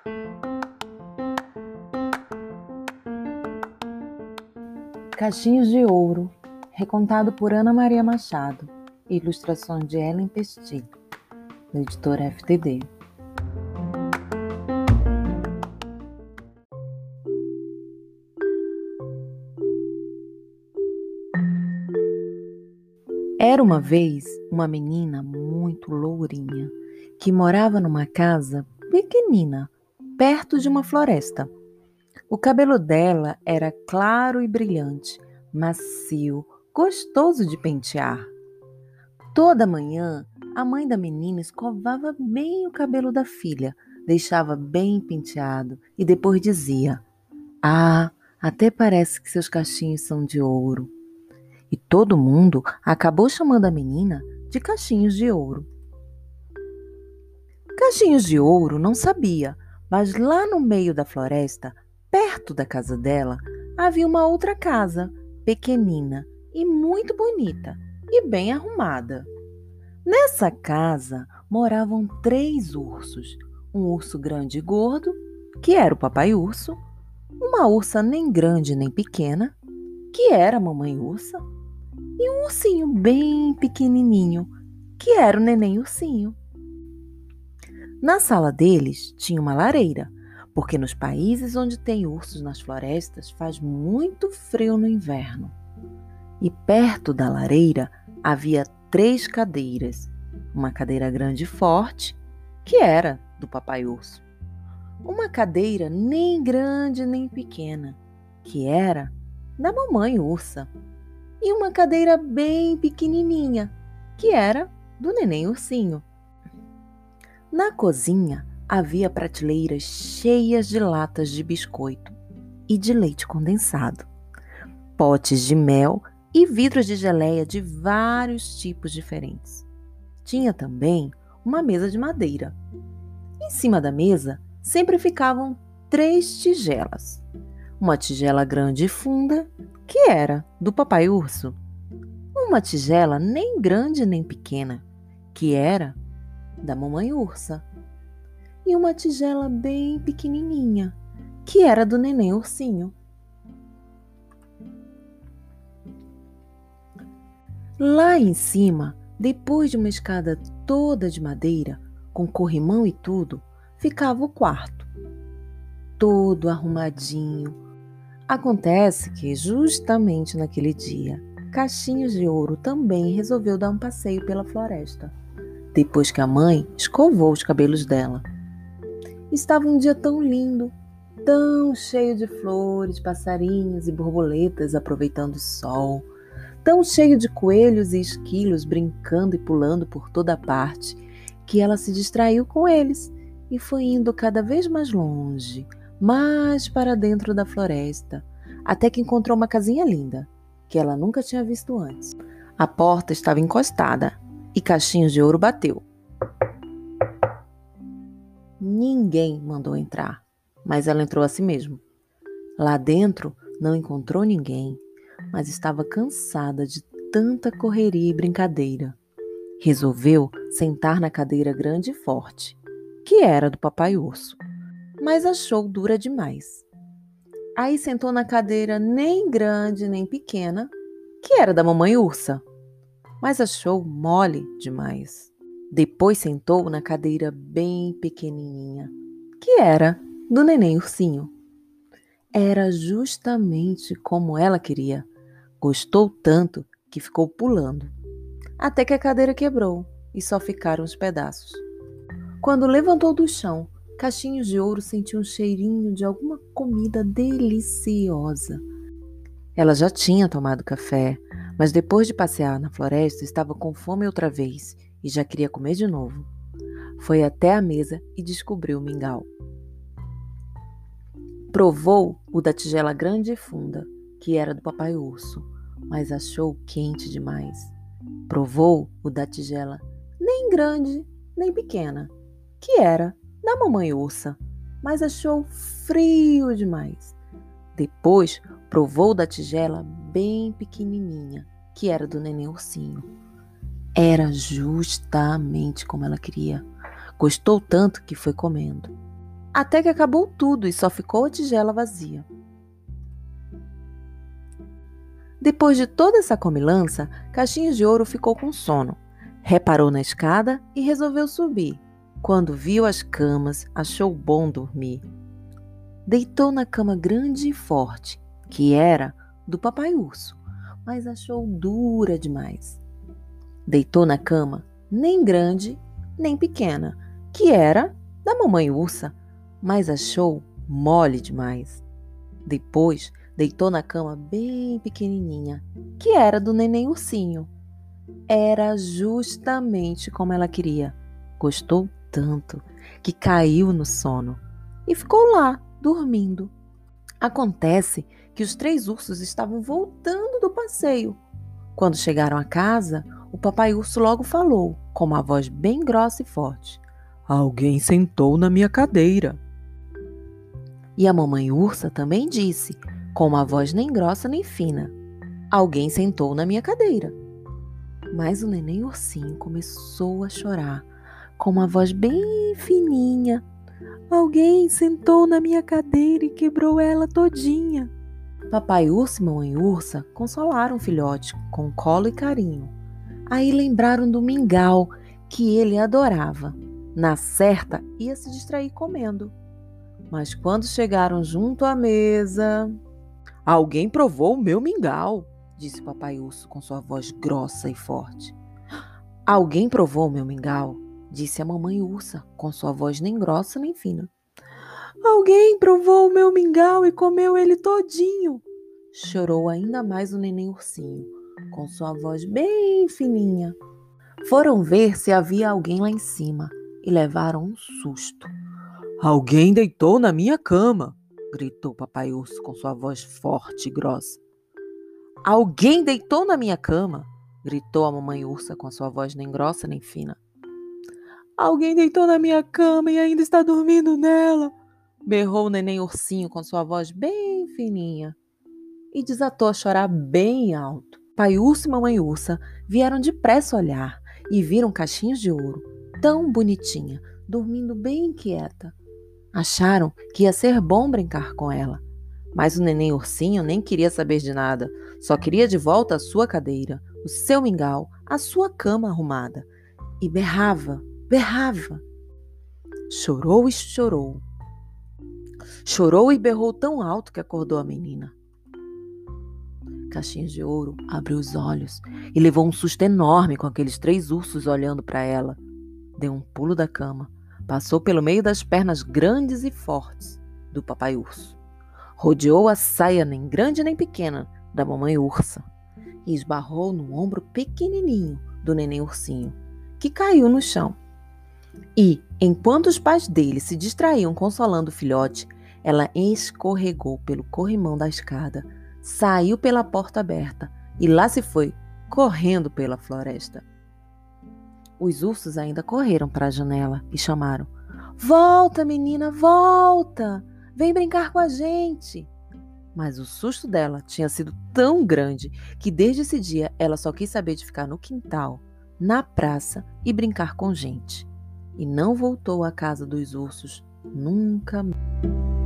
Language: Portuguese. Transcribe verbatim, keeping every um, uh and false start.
Cachinhos de Ouro, recontado por Ana Maria Machado, ilustrações de Ellen Pestil, do editor F T D. Era uma vez uma menina muito lourinha, que morava numa casa pequenina, perto de uma floresta. O cabelo dela era claro e brilhante, macio, gostoso de pentear. Toda manhã, a mãe da menina escovava bem o cabelo da filha, deixava bem penteado e depois dizia: "Ah, até parece que seus cachinhos são de ouro." E todo mundo acabou chamando a menina de Cachinhos de Ouro. Cachinhos de Ouro não sabia, mas lá no meio da floresta, perto da casa dela, havia uma outra casa, pequenina e muito bonita e bem arrumada. Nessa casa moravam três ursos, um urso grande e gordo, que era o papai urso, uma ursa nem grande nem pequena, que era a mamãe ursa, e um ursinho bem pequenininho, que era o neném ursinho. Na sala deles tinha uma lareira, porque nos países onde tem ursos nas florestas faz muito frio no inverno. E perto da lareira havia três cadeiras, uma cadeira grande e forte, que era do papai urso, uma cadeira nem grande nem pequena, que era da mamãe ursa, e uma cadeira bem pequenininha, que era do neném ursinho. Na cozinha havia prateleiras cheias de latas de biscoito e de leite condensado, potes de mel e vidros de geleia de vários tipos diferentes. Tinha também uma mesa de madeira. Em cima da mesa sempre ficavam três tigelas. Uma tigela grande e funda, que era do papai urso. Uma tigela nem grande nem pequena, que era da mamãe ursa. E uma tigela bem pequenininha, que era do neném ursinho. Lá em cima, depois de uma escada toda de madeira, com corrimão e tudo, ficava o quarto, todo arrumadinho. Acontece que, justamente naquele dia, Cachinhos de Ouro também resolveu dar um passeio pela floresta, depois que a mãe escovou os cabelos dela. Estava um dia tão lindo, tão cheio de flores, passarinhos e borboletas aproveitando o sol, tão cheio de coelhos e esquilos brincando e pulando por toda parte, que ela se distraiu com eles e foi indo cada vez mais longe, mais para dentro da floresta, até que encontrou uma casinha linda, que ela nunca tinha visto antes. A porta estava encostada e Cachinhos de Ouro bateu. Ninguém mandou entrar, mas ela entrou a si mesmo. Lá dentro não encontrou ninguém, mas estava cansada de tanta correria e brincadeira. Resolveu sentar na cadeira grande e forte, que era do papai urso, mas achou dura demais. Aí sentou na cadeira nem grande nem pequena, que era da mamãe ursa, mas achou mole demais. Depois sentou na cadeira bem pequenininha, que era do neném ursinho. Era justamente como ela queria. Gostou tanto que ficou pulando, até que a cadeira quebrou e só ficaram os pedaços. Quando levantou do chão, Cachinhos de Ouro sentiu um cheirinho de alguma comida deliciosa. Ela já tinha tomado café, mas depois de passear na floresta estava com fome outra vez e já queria comer de novo. Foi até a mesa e descobriu o mingau. Provou o da tigela grande e funda, que era do papai urso, mas achou quente demais. Provou o da tigela nem grande nem pequena, que era da mamãe ursa, mas achou frio demais. Depois provou da tigela bem pequenininha, que era do neném ursinho. Era justamente como ela queria. Gostou tanto que foi comendo. até que acabou tudo e só ficou a tigela vazia. Depois de toda essa comilança, Caixinha de Ouro ficou com sono. Reparou na escada e resolveu subir. Quando viu as camas, achou bom dormir. Deitou na cama grande e forte, que era do Papai Urso, mas achou dura demais. Deitou na cama nem grande nem pequena, que era da Mamãe Ursa, mas achou mole demais. Depois, deitou na cama bem pequenininha, que era do Neném Ursinho. Era justamente como ela queria. Gostou tanto que caiu no sono e ficou lá, dormindo. Acontece que os três ursos estavam voltando do passeio. Quando chegaram a casa, o Papai Urso logo falou, com uma voz bem grossa e forte: "Alguém sentou na minha cadeira." E a Mamãe Ursa também disse, com uma voz nem grossa nem fina: "Alguém sentou na minha cadeira." Mas o Neném Ursinho começou a chorar, com uma voz bem fininha: "Alguém sentou na minha cadeira e quebrou ela todinha." Papai Urso e Mamãe Ursa consolaram o filhote com colo e carinho. Aí lembraram do mingau, que ele adorava. Na certa, ia se distrair comendo. Mas quando chegaram junto à mesa... "Alguém provou o meu mingau", disse o Papai Urso com sua voz grossa e forte. "Alguém provou o meu mingau", disse a Mamãe Ursa com sua voz nem grossa nem fina. "Alguém provou o meu mingau e comeu ele todinho", chorou ainda mais o Neném Ursinho, com sua voz bem fininha. Foram ver se havia alguém lá em cima e levaram um susto. "Alguém deitou na minha cama", gritou Papai Urso com sua voz forte e grossa. "Alguém deitou na minha cama", gritou a Mamãe Ursa com sua voz nem grossa nem fina. "Alguém deitou na minha cama e ainda está dormindo nela", berrou o Neném Ursinho com sua voz bem fininha e desatou a chorar bem alto. Pai Urso e Mamãe Ursa vieram depressa olhar e viram Caixinha de Ouro, tão bonitinha, dormindo bem quieta. Acharam que ia ser bom brincar com ela, mas o Neném Ursinho nem queria saber de nada, só queria de volta a sua cadeira, o seu mingau, a sua cama arrumada. E berrava, berrava. Chorou e chorou. Chorou e berrou tão alto que acordou a menina. Caixinha de Ouro abriu os olhos e levou um susto enorme com aqueles três ursos olhando para ela. Deu um pulo da cama, passou pelo meio das pernas grandes e fortes do Papai Urso, rodeou a saia nem grande nem pequena da Mamãe Ursa e esbarrou no ombro pequenininho do Neném Ursinho, que caiu no chão. E, enquanto os pais dele se distraíam consolando o filhote, ela escorregou pelo corrimão da escada, saiu pela porta aberta e lá se foi, correndo pela floresta. Os ursos ainda correram para a janela e chamaram: "Volta, menina, volta! Vem brincar com a gente!" Mas o susto dela tinha sido tão grande que desde esse dia ela só quis saber de ficar no quintal, na praça e brincar com gente. E não voltou à casa dos ursos nunca mais.